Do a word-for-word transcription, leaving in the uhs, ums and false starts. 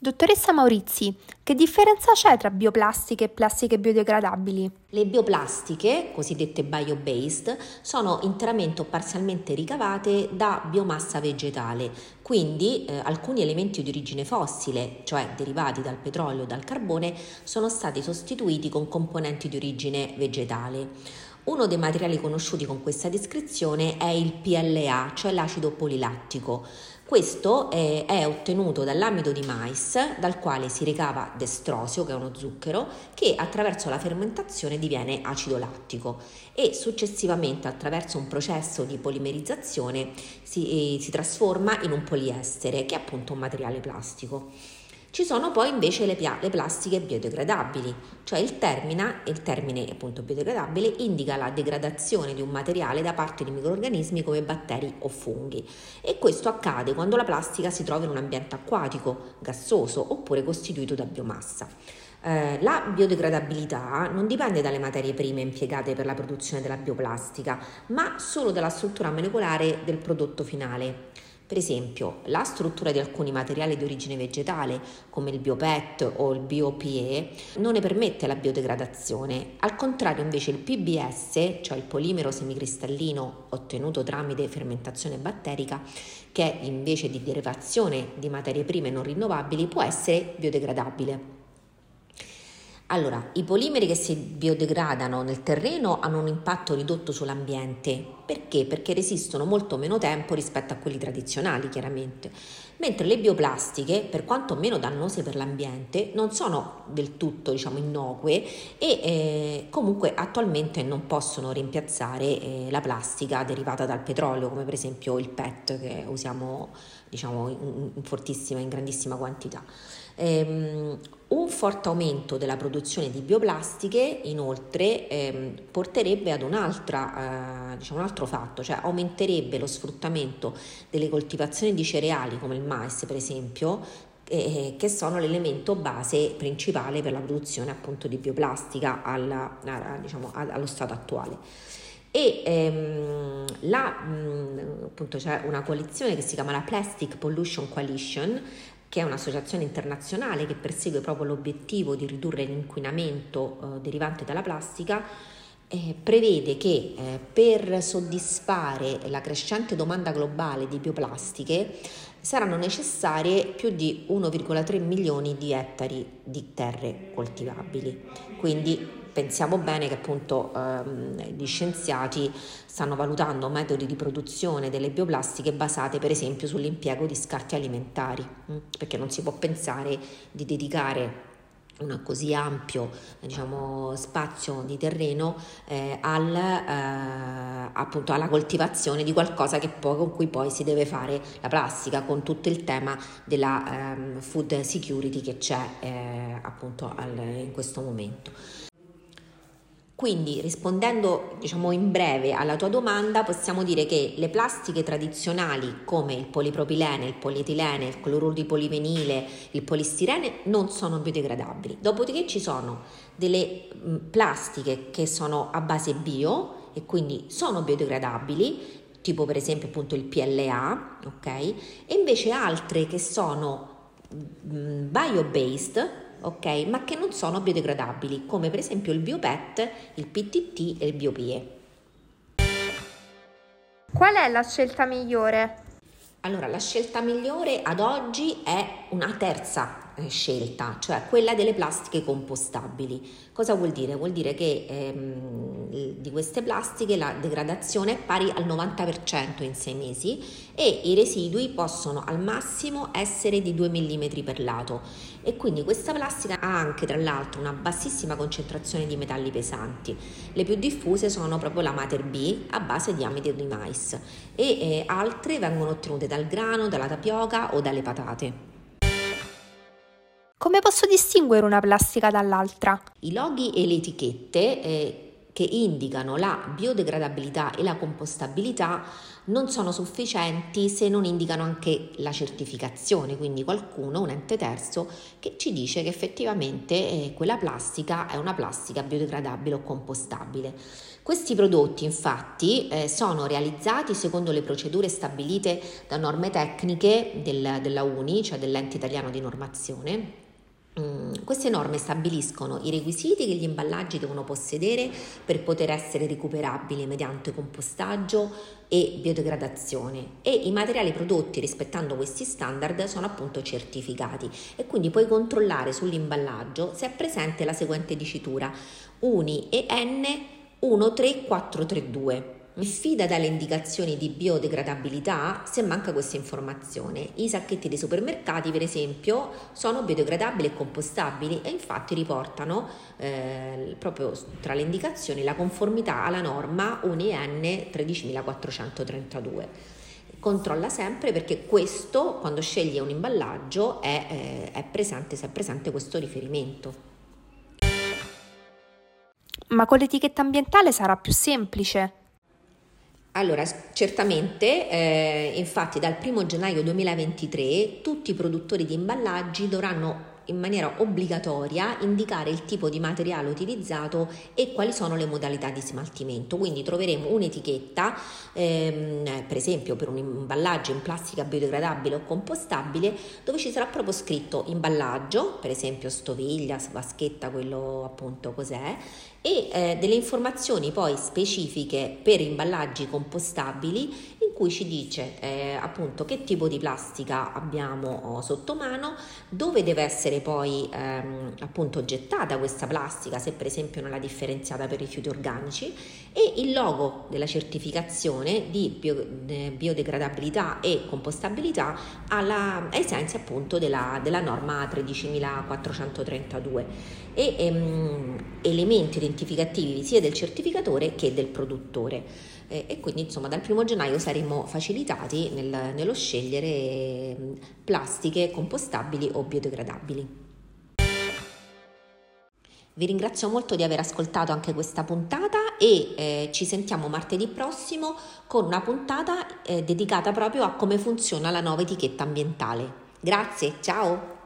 Dottoressa Maurizi, che differenza c'è tra bioplastiche e plastiche biodegradabili? Le bioplastiche, cosiddette bio-based, sono interamente o parzialmente ricavate da biomassa vegetale, quindi eh, alcuni elementi di origine fossile, cioè derivati dal petrolio o dal carbone, sono stati sostituiti con componenti di origine vegetale. Uno dei materiali conosciuti con questa descrizione è il P L A, cioè l'acido polilattico. Questo è, è ottenuto dall'amido di mais, dal quale si ricava destrosio, che è uno zucchero, che attraverso la fermentazione diviene acido lattico e successivamente attraverso un processo di polimerizzazione si, eh, si trasforma in un poliestere, che è appunto un materiale plastico. Ci sono poi invece le, pia- le plastiche biodegradabili, cioè il termine, il termine appunto biodegradabile indica la degradazione di un materiale da parte di microrganismi come batteri o funghi, e questo accade quando la plastica si trova in un ambiente acquatico, gassoso oppure costituito da biomassa. Eh, la biodegradabilità non dipende dalle materie prime impiegate per la produzione della bioplastica, ma solo dalla struttura molecolare del prodotto finale. Per esempio, la struttura di alcuni materiali di origine vegetale, come il bio-P E T o il bio-P E, non ne permette la biodegradazione. Al contrario, invece, il P B S, cioè il polimero semicristallino ottenuto tramite fermentazione batterica, che è invece di derivazione di materie prime non rinnovabili, può essere biodegradabile. Allora, i polimeri che si biodegradano nel terreno hanno un impatto ridotto sull'ambiente. Perché? Perché resistono molto meno tempo rispetto a quelli tradizionali, chiaramente. Mentre le bioplastiche, per quanto meno dannose per l'ambiente, non sono del tutto, diciamo, innocue e eh, comunque attualmente non possono rimpiazzare eh, la plastica derivata dal petrolio, come per esempio il P E T che usiamo, diciamo, in, in fortissima, in grandissima quantità. Um, un forte aumento della produzione di bioplastiche inoltre ehm, porterebbe ad un'altra, eh, diciamo un altro fatto, cioè aumenterebbe lo sfruttamento delle coltivazioni di cereali come il mais per esempio, eh, che sono l'elemento base principale per la produzione appunto di bioplastica alla, alla, diciamo, allo stato attuale. E ehm, la, mh, appunto c'è una coalizione che si chiama la Plastic Pollution Coalition, che è un'associazione internazionale che persegue proprio l'obiettivo di ridurre l'inquinamento eh, derivante dalla plastica, eh, prevede che eh, per soddisfare la crescente domanda globale di bioplastiche saranno necessarie più di uno virgola tre milioni di ettari di terre coltivabili. Quindi pensiamo bene che appunto ehm, gli scienziati stanno valutando metodi di produzione delle bioplastiche basate per esempio sull'impiego di scarti alimentari, mh? perché non si può pensare di dedicare un così ampio diciamo, spazio di terreno eh, al, eh, appunto alla coltivazione di qualcosa che poi, con cui poi si deve fare la plastica, con tutto il tema della ehm, food security che c'è eh, appunto al, in questo momento. Quindi rispondendo diciamo in breve alla tua domanda possiamo dire che le plastiche tradizionali come il polipropilene, il polietilene, il cloruro di polivenile, il polistirene non sono biodegradabili. Dopodiché ci sono delle mh, plastiche che sono a base bio e quindi sono biodegradabili, tipo per esempio appunto il P L A, ok? E invece altre che sono mh, bio-based, ok, ma che non sono biodegradabili, come per esempio il bio-P E T, il P T T e il bio-P E. Qual è la scelta migliore? Allora, la scelta migliore ad oggi è una terza eh, scelta, cioè quella delle plastiche compostabili. Cosa vuol dire? Vuol dire che ehm, di queste plastiche la degradazione è pari al novanta per cento in sei mesi e i residui possono al massimo essere di due millimetri per lato, e quindi questa plastica ha anche tra l'altro una bassissima concentrazione di metalli pesanti. Le più diffuse sono proprio la Mater B a base di amido di mais e eh, altre vengono ottenute dal grano, dalla tapioca o dalle patate. Come posso distinguere una plastica dall'altra? I loghi e le etichette eh, che indicano la biodegradabilità e la compostabilità non sono sufficienti se non indicano anche la certificazione, quindi qualcuno, un ente terzo, che ci dice che effettivamente eh, quella plastica è una plastica biodegradabile o compostabile. Questi prodotti infatti eh, sono realizzati secondo le procedure stabilite da norme tecniche del, della U N I, cioè dell'ente italiano di normazione. Queste norme stabiliscono i requisiti che gli imballaggi devono possedere per poter essere recuperabili mediante compostaggio e biodegradazione, e i materiali prodotti rispettando questi standard sono appunto certificati, e quindi puoi controllare sull'imballaggio se è presente la seguente dicitura U N I E N uno tre quattro tre due. Diffida dalle indicazioni di biodegradabilità se manca questa informazione. I sacchetti dei supermercati, per esempio, sono biodegradabili e compostabili, e infatti riportano eh, proprio tra le indicazioni la conformità alla norma U N I E N tredicimilaquattrocentotrentadue. Controlla sempre, perché questo, quando scegli un imballaggio, è, eh, è presente, se è presente questo riferimento. Ma con l'etichetta ambientale sarà più semplice? Allora, certamente, eh, infatti dal primo gennaio duemilaventitré tutti i produttori di imballaggi dovranno in maniera obbligatoria indicare il tipo di materiale utilizzato e quali sono le modalità di smaltimento. Quindi troveremo un'etichetta, ehm, per esempio per un imballaggio in plastica biodegradabile o compostabile, dove ci sarà proprio scritto imballaggio, per esempio stoviglia, vaschetta, quello appunto cos'è, e eh, delle informazioni poi specifiche per imballaggi compostabili, in cui ci dice eh, appunto che tipo di plastica abbiamo sotto mano, dove deve essere poi ehm, appunto gettata questa plastica, se per esempio non la differenziata per rifiuti organici, e il logo della certificazione di bio, eh, biodegradabilità e compostabilità alla, ai sensi appunto della, della norma tredicimilaquattrocentotrentadue, e ehm, elementi identificativi sia del certificatore che del produttore. E quindi insomma dal primo gennaio saremo facilitati nel, nello scegliere plastiche compostabili o biodegradabili. Vi ringrazio molto di aver ascoltato anche questa puntata, e eh, ci sentiamo martedì prossimo con una puntata eh, dedicata proprio a come funziona la nuova etichetta ambientale. Grazie, ciao!